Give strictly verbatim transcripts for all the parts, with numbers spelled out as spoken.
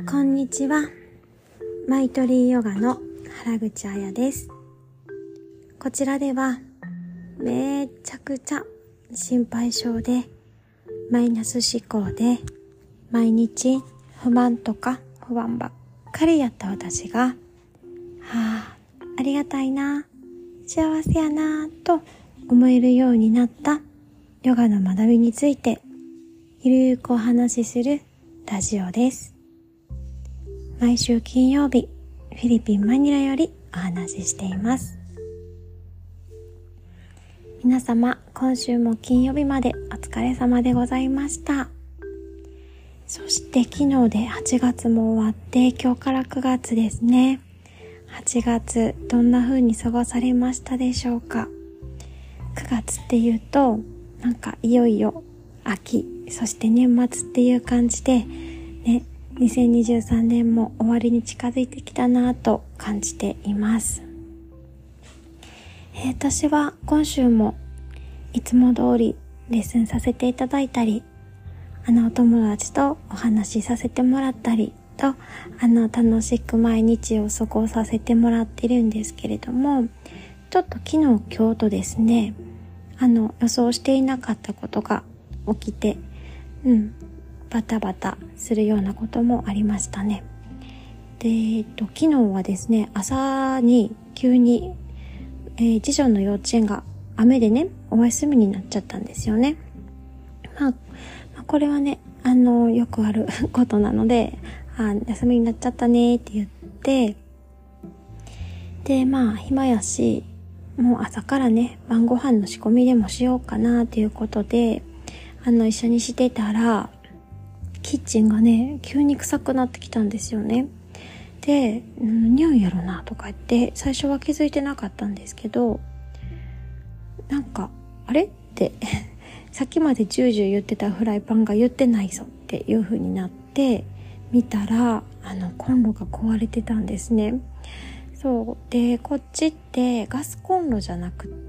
こんにちは。マイトリーヨガの原口彩です。こちらではめちゃくちゃ心配性でマイナス思考で毎日不満とか不安ばっかりやった私が、はあ、ありがたいな、幸せやなと思えるようになったヨガの学びについてゆるくお話しするラジオです。毎週金曜日、フィリピンマニラよりお話ししています。皆様、今週も金曜日までお疲れ様でございました。そして昨日ではちがつも終わって、今日からくがつですね。はちがつ、どんな風に過ごされましたでしょうか。くがつっていうと、なんかいよいよ秋、そして年末っていう感じで、ね、にせんにじゅうさんねんも終わりに近づいてきたなぁと感じています。えー、私は今週もいつも通りレッスンさせていただいたり、あのお友達とお話しさせてもらったりと、あの楽しく毎日を過ごさせてもらってるんですけれども、ちょっと昨日今日とですね、あの予想していなかったことが起きて、うん、バタバタするようなこともありましたね。で、えっと、昨日はですね、朝に急に、えー、次女の幼稚園が雨でね、お休みになっちゃったんですよね。まあ、まあ、これはね、あの、よくあることなので、あ、休みになっちゃったねって言って、で、まあ、暇やし、もう朝からね、晩ご飯の仕込みでもしようかなということで、あの、一緒にしてたら、キッチンがね、急に臭くなってきたんですよね。で、うん、匂いやろなとか言って、最初は気づいてなかったんですけど、なんか、あれって、さっきまでジュージュー言ってたフライパンが言ってないぞっていう風になって、見たら、あの、コンロが壊れてたんですね。そう。で、こっちってガスコンロじゃなくって、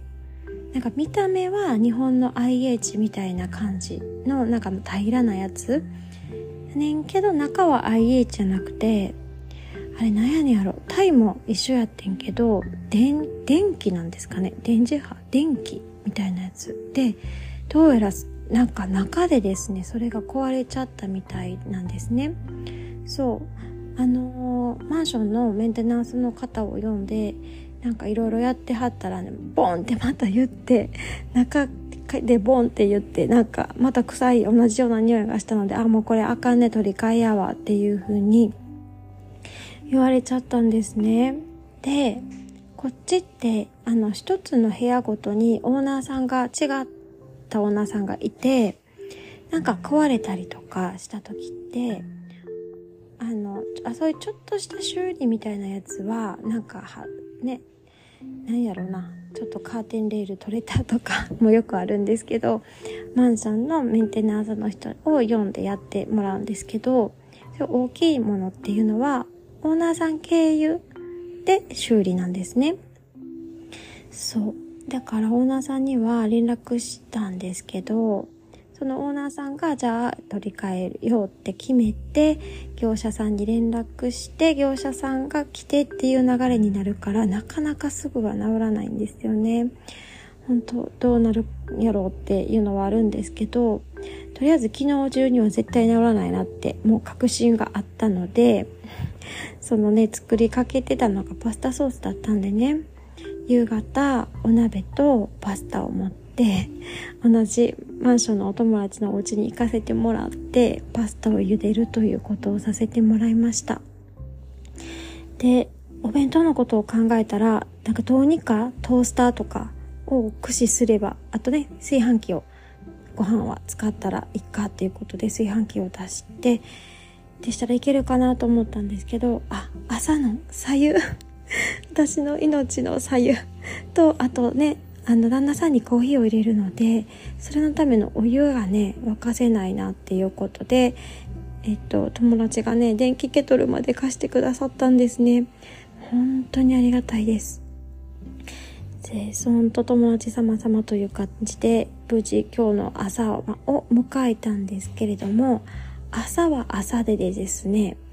なんか見た目は日本の アイエイチ みたいな感じのなんか平らなやつねんけど、中は アイエイチ じゃなくて、あれなんやねんやろ、タイも一緒やってんけど、電電気なんですかね、電磁波電気みたいなやつで、どうやらなんか中でですね、それが壊れちゃったみたいなんですね。そうあのー、マンションのメンテナンスの方を呼んで、なんかいろいろやってはったらね、ボンってまた言って、中でボンって言って、なんかまた臭い同じような匂いがしたので、あ、もうこれあかんね、取り替えやわっていう風に言われちゃったんですね。で、こっちってあの一つの部屋ごとにオーナーさんが違ったオーナーさんがいて、なんか壊れたりとかした時って、あのあそういうちょっとした修理みたいなやつはなんかはね、なんやろな、ちょっとカーテンレール取れたとかもよくあるんですけど、マンションのメンテナンスの人を呼んでやってもらうんですけど、そう大きいものっていうのはオーナーさん経由で修理なんですね。そうだからオーナーさんには連絡したんですけど、そのオーナーさんがじゃあ取り替えるよって決めて、業者さんに連絡して、業者さんが来てっていう流れになるから、なかなかすぐは治らないんですよね。本当どうなるやろうっていうのはあるんですけど、とりあえず昨日中には絶対治らないなってもう確信があったので、そのね、作りかけてたのがパスタソースだったんでね、夕方お鍋とパスタを持ってで同じマンションのお友達のお家に行かせてもらって、パスタを茹でるということをさせてもらいました。で、お弁当のことを考えたら、なんかどうにかトースターとかを駆使すれば、あとね、炊飯器をご飯は使ったらいいかっていうことで炊飯器を出してでしたらいけるかなと思ったんですけど、あ、朝の白湯私の命の白湯と、あとね、あの旦那さんにコーヒーを入れるので、それのためのお湯がね沸かせないなっていうことで、えっと友達がね電気ケトルまで貸してくださったんですね。本当にありがたいです。で、そのと友達様々という感じで無事今日の朝を迎えたんですけれども、朝は朝ででですね、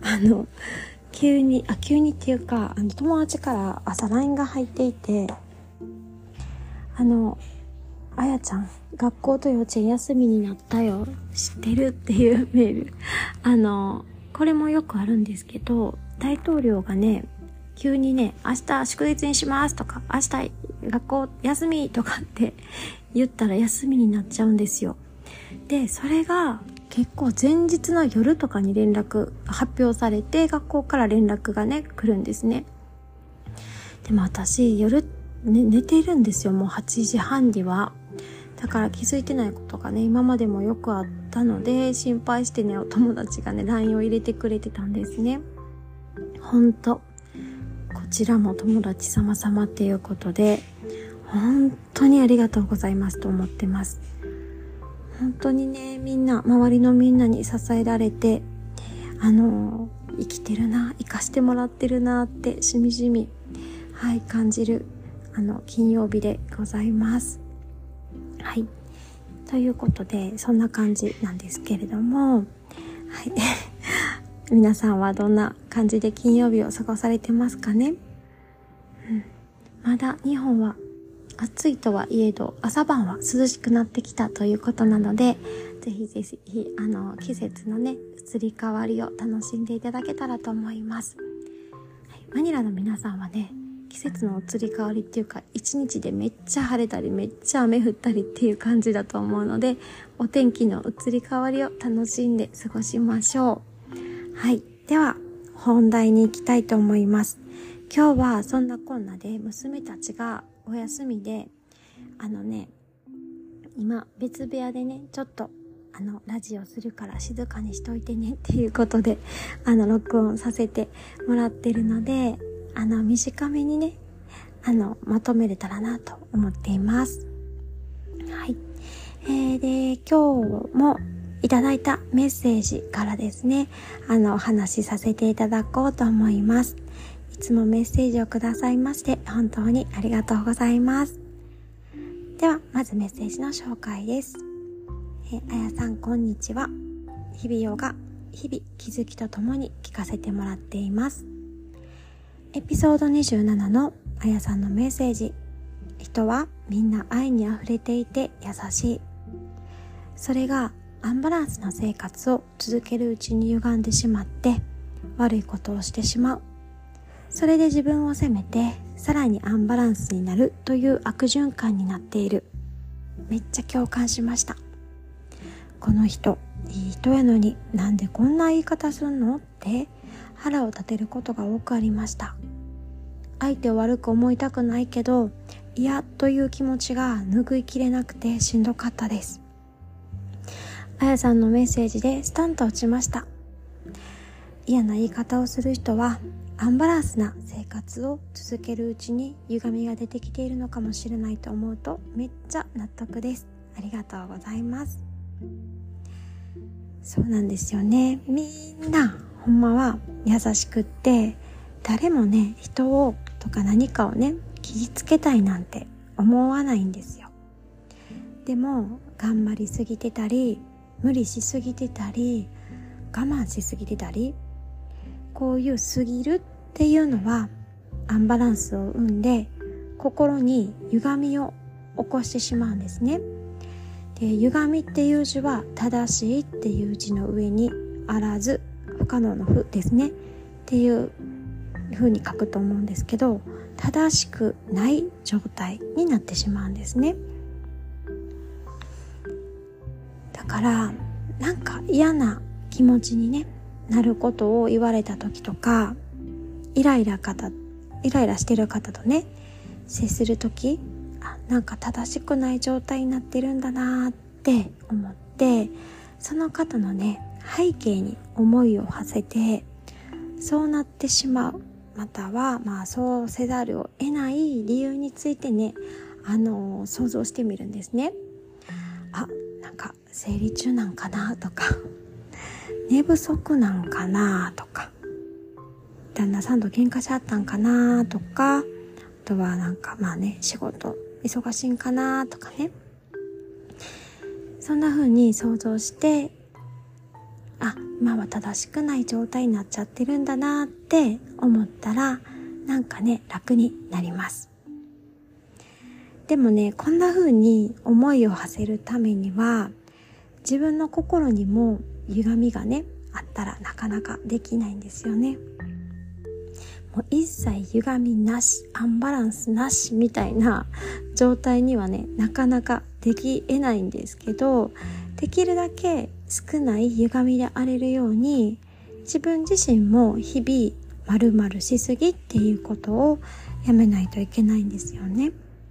あの、急に、あ、急にっていうか、あの、友達から朝 ライン が入っていて、あの、あやちゃん、学校と幼稚園休みになったよ。知ってるっていうメール。あの、これもよくあるんですけど、大統領がね、急にね、明日祝日にしますとか、明日学校休みとかって言ったら休みになっちゃうんですよ。で、それが結構前日の夜とかに連絡発表されて、学校から連絡がね、来るんですね。でも私、夜、ね、寝ているんですよ。もうはちじはんには。だから気づいてないことがね、今までもよくあったので、心配してね、お友達がね、ライン を入れてくれてたんですね。ほんと。こちらも友達様々っていうことで、本当にありがとうございますと思ってます。本当にね、みんな、周りのみんなに支えられて、あの、生きてるな、生かしてもらってるなって、しみじみ、はい、感じる、あの、金曜日でございます。はい。ということで、そんな感じなんですけれども、はい。皆さんはどんな感じで金曜日を過ごされてますかね？うん。まだ日本は暑いとはいえど、朝晩は涼しくなってきたということなので、ぜひぜひ、あの、季節のね、移り変わりを楽しんでいただけたらと思います。はい、マニラの皆さんはね、季節の移り変わりっていうか、一日でめっちゃ晴れたり、めっちゃ雨降ったりっていう感じだと思うので、お天気の移り変わりを楽しんで過ごしましょう。はい。では、本題に行きたいと思います。今日はそんなこんなで娘たちがお休みで、あのね、今別部屋でね、ちょっとあのラジオするから静かにしといてねっていうことで、あの録音させてもらってるので、あの短めにね、あのまとめれたらなと思っています。はい。えー、で今日もいただいたメッセージからですね、あのお話しさせていただこうと思います。いつもメッセージをくださいまして本当にありがとうございます。ではまずメッセージの紹介です。えあやさんこんにちは。日々ヨガ日々気づきとともに聞かせてもらっています。エピソードにじゅうななのあやさんのメッセージ、人はみんな愛にあふれていて優しい。それがアンバランスな生活を続けるうちに歪んでしまって悪いことをしてしまう。それで自分を責めてさらにアンバランスになるという悪循環になっている。めっちゃ共感しました。この人いい人やのになんでこんな言い方すんのって腹を立てることが多くありました。相手を悪く思いたくないけど嫌という気持ちが拭いきれなくてしんどかったです。あやさんのメッセージでスタンと落ちました。嫌な言い方をする人はアンバランスな生活を続けるうちに歪みが出てきているのかもしれないと思うとめっちゃ納得です。ありがとうございます。そうなんですよね。みんなほんまは優しくって誰もね人をとか何かをね傷つけたいなんて思わないんですよ。でも頑張りすぎてたり無理しすぎてたり我慢しすぎてたり、こういう過ぎるっていうのはアンバランスを生んで心に歪みを起こしてしまうんですね。で、歪みっていう字は正しいっていう字の上にあらず不可能の不ですねっていう風に書くと思うんですけど、正しくない状態になってしまうんですね。だからなんか嫌な気持ちに、ね、なることを言われた時とか、イライラ方イライラしてる方とね接する時、あ、なんか正しくない状態になってるんだなって思って、その方のね背景に思いを馳せて、そうなってしまう、またはまあそうせざるを得ない理由についてね、あの想像してみるんですね。あ、なんか生理中なんかなとか、寝不足なんかなとか、旦那さんと喧嘩しちゃったんかなとか、あとはなんかまあね仕事忙しいんかなとかね、そんな風に想像して、 あ、今は正しくない状態になっちゃってるんだなって思ったら、なんかね、楽になります。でもね、こんな風に思いを馳せるためには、自分の心にも歪みがね、あったらなかなかできないんですよね。もう一切歪みなし、アンバランスなしみたいな状態にはね、なかなかでき得ないんですけど、できるだけ少ない歪みであれるように、自分自身も日々丸々しすぎっていうことをやめないといけないんですよね。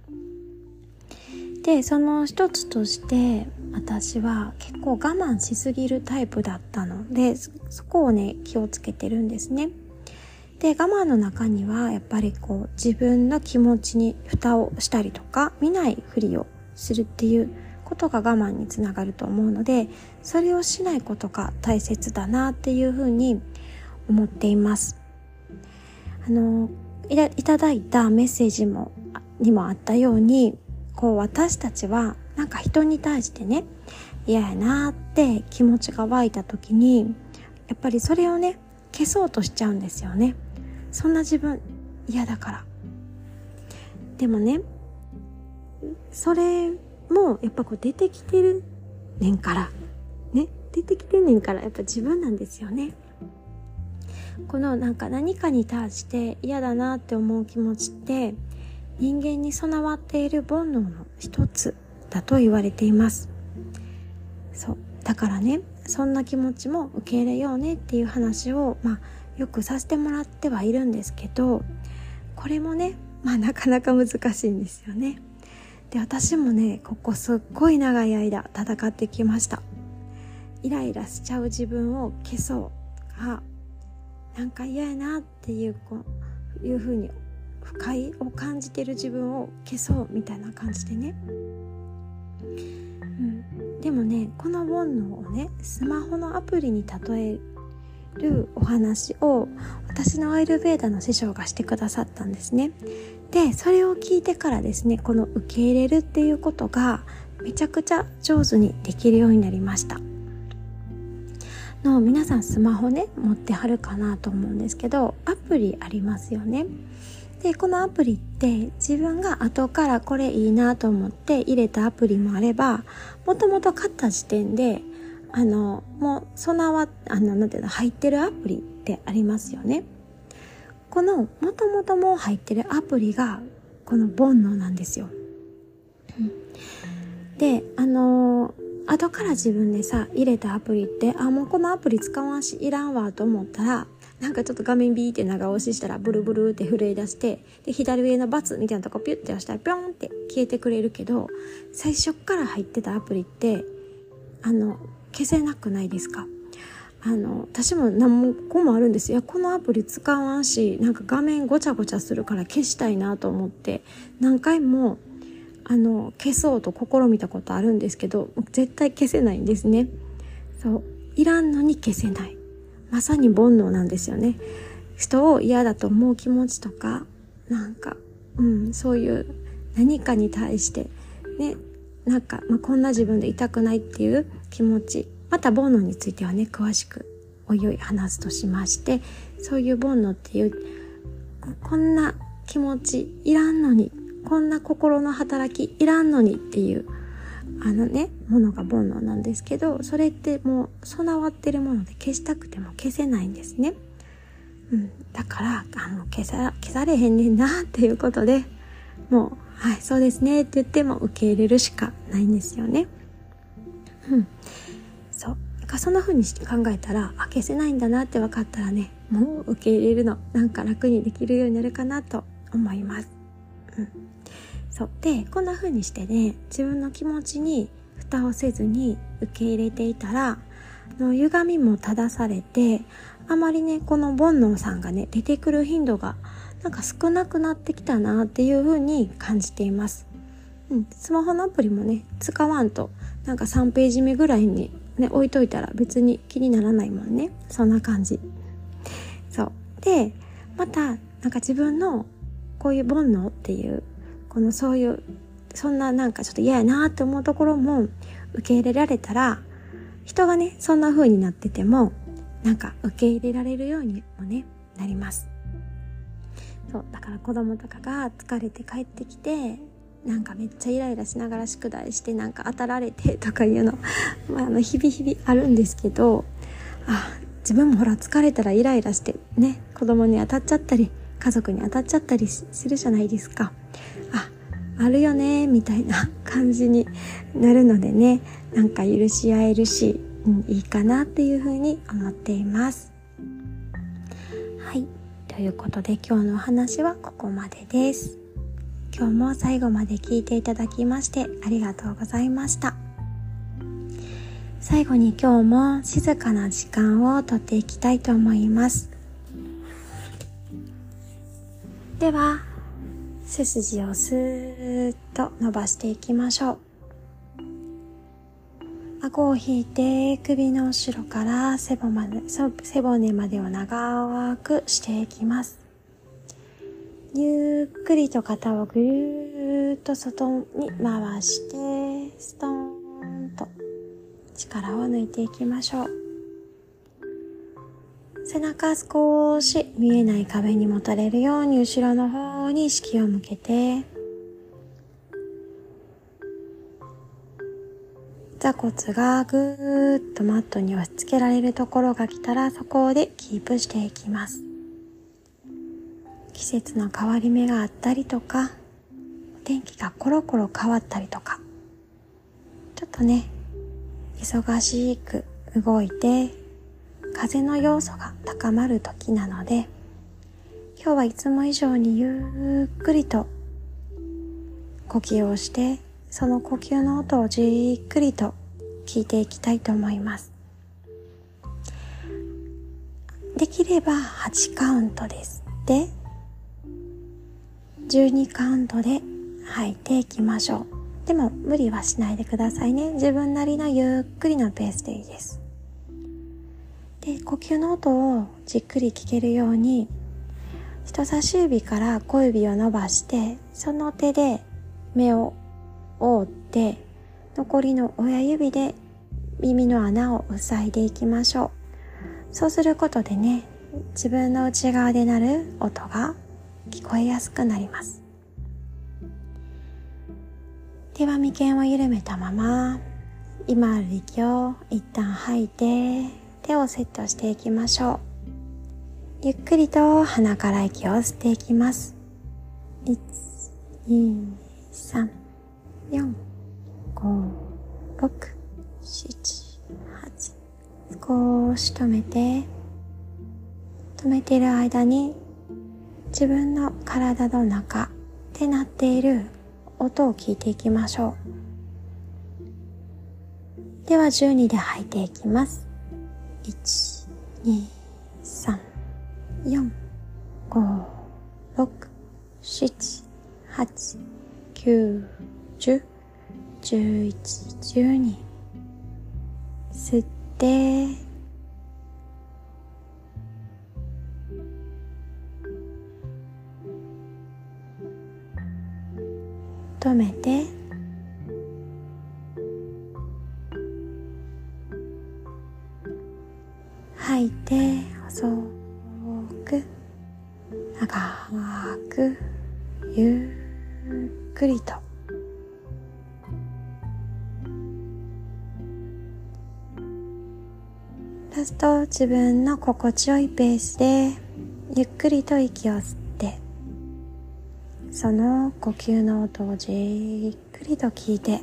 で、その一つとして私は結構我慢しすぎるタイプだったので、そこをね気をつけてるんですね。で、我慢の中にはやっぱりこう自分の気持ちに蓋をしたりとか、見ないふりをするっていうことが我慢につながると思うので、それをしないことが大切だなっていうふうに思っています。あのいた、いただいたメッセージもにもあったように、こう私たちはなんか人に対してね、嫌やなって気持ちが湧いた時に、やっぱりそれをね消そうとしちゃうんですよね。そんな自分嫌だから。でもね、それもやっぱこう出てきてるねんからね、出てきてんねんからやっぱ自分なんですよね。このなんか何かに対して嫌だなって思う気持ちって人間に備わっている煩悩の一つだと言われています。そうだからね、そんな気持ちも受け入れようねっていう話をまあよくさせてもらってはいるんですけど、これもねまあなかなか難しいんですよね。で、私もねここすっごい長い間戦ってきました。イライラしちゃう自分を消そうとか、なんか嫌やなっていうこういう風に不快を感じてる自分を消そうみたいな感じでね、うん、でもねこの煩悩をねスマホのアプリに例えるお話を私のアイルベーダの師匠がしてくださったんですね。で、それを聞いてからですね、この受け入れるっていうことがめちゃくちゃ上手にできるようになりました。の皆さんスマホね持ってはるかなと思うんですけど、アプリありますよね。で、このアプリって自分が後からこれいいなと思って入れたアプリもあれば、もともと買った時点であのもう備わあのなんていうの入ってるアプリってありますよね。このもともともう入ってるアプリがこの煩悩なんですよ。うん、で、あの後から自分でさ入れたアプリって、あもうこのアプリ使わんしいらんわと思ったら、なんかちょっと画面ビーって長押ししたらブルブルって震え出して、で左上のバツみたいなとこピュッて押したらピョンって消えてくれるけど、最初から入ってたアプリってあの消せなくないですか？あの私も何個もあるんですよ。いやこのアプリ使わんし、なんか画面ごちゃごちゃするから消したいなと思って何回もあの消そうと試みたことあるんですけど、絶対消せないんですね。そういらんのに消せない、まさに煩悩なんですよね。人を嫌だと思う気持ちとか、なんか、うん、そういう何かに対してね、なんか、まあ、こんな自分でいたくないっていう気持ち、また煩悩についてはね詳しくおいおい話すとしまして、そういう煩悩っていうこんな気持ちいらんのに、こんな心の働きいらんのにっていうあのねものが煩悩なんですけど、それってもう備わってるもので消したくても消せないんですね。うん、だからあの消さ消されへんねんなっていうことで、もうはいそうですねって言っても受け入れるしかないんですよね。うん、そうだからそんな風にして考えたら、あ消せないんだなって分かったらね、もう受け入れるのなんか楽にできるようになるかなと思います。うん、そうでこんな風にしてね自分の気持ちに蓋をせずに受け入れていたら、の歪みも正されて、あまりねこの煩悩さんがね出てくる頻度がなんか少なくなってきたなっていう風に感じています。うん、スマホのアプリもね使わんとなんかさんページ目ぐらいにね置いといたら別に気にならないもんね。そんな感じ。そうでまたなんか自分のこういう煩悩っていうこのそういうそんななんかちょっと嫌やなって思うところも受け入れられたら、 人がね、そんな風になってても、なんか受け入れられるようにもね、なります。そう、だから子供とかが疲れて帰ってきて、なんかめっちゃイライラしながら宿題して、なんか当たられてとかいうの、まあ、あの、日々日々あるんですけど、あ、自分もほら疲れたらイライラしてね、子供に当たっちゃったり、家族に当たっちゃったりするじゃないですか。あ、あるよねみたいな感じになるのでね、なんか許し合えるし、うん、いいかなっていうふうに思っています。はい、ということで今日のお話はここまでです。今日も最後まで聞いていただきましてありがとうございました。最後に今日も静かな時間をとっていきたいと思います。では、背筋をスーッと伸ばしていきましょう。顎を引いて首の後ろから背骨まで、背骨までを長くしていきます。ゆっくりと肩をぐーっと外に回して、ストーンと力を抜いていきましょう。背中少し見えない壁にもたれるように後ろの方に意識を向けて、座骨がぐーっとマットに押し付けられるところが来たら、そこでキープしていきます。季節の変わり目があったりとか、天気がコロコロ変わったりとか、ちょっとね、忙しく動いて風の要素が高まる時なので、今日はいつも以上にゆっくりと呼吸をして、その呼吸の音をじっくりと聞いていきたいと思います。できればはちカウントです。で、じゅうにカウントで吐いていきましょう。でも無理はしないでくださいね。自分なりのゆっくりのペースでいいです。で、呼吸の音をじっくり聞けるように、人差し指から小指を伸ばして、その手で目を覆って、残りの親指で耳の穴を塞いでいきましょう。そうすることでね、自分の内側で鳴る音が聞こえやすくなります。では眉間を緩めたまま、今ある息を一旦吐いて手をセットしていきましょう。ゆっくりと鼻から息を吸っていきます。いち、に、さん、よん、ご、ろく、しち、はち。少し止めて、止めている間に自分の体の中で鳴っている音を聞いていきましょう。ではじゅうにで吐いていきます。いち、に、さん、よん、ご、ろく、しち、はち、きゅう、じゅう、じゅういち、じゅうに。吸って止めて、吐いて細く長くゆっくりと。ラスト、自分の心地よいペースでゆっくりと息を吸って、その呼吸の音をじっくりと聞いて、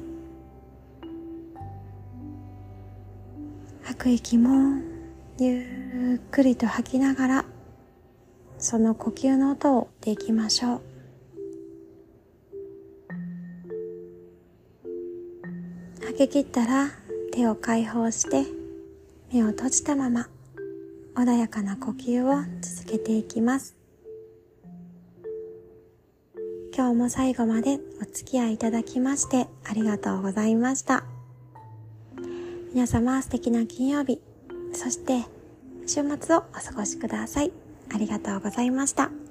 吐く息もゆっくりと吐きながら、その呼吸の音を追っていきましょう。吐き切ったら手を解放して目を閉じたまま穏やかな呼吸を続けていきます。今日も最後までお付き合いいただきましてありがとうございました。皆様素敵な金曜日、そして週末をお過ごしください。ありがとうございました。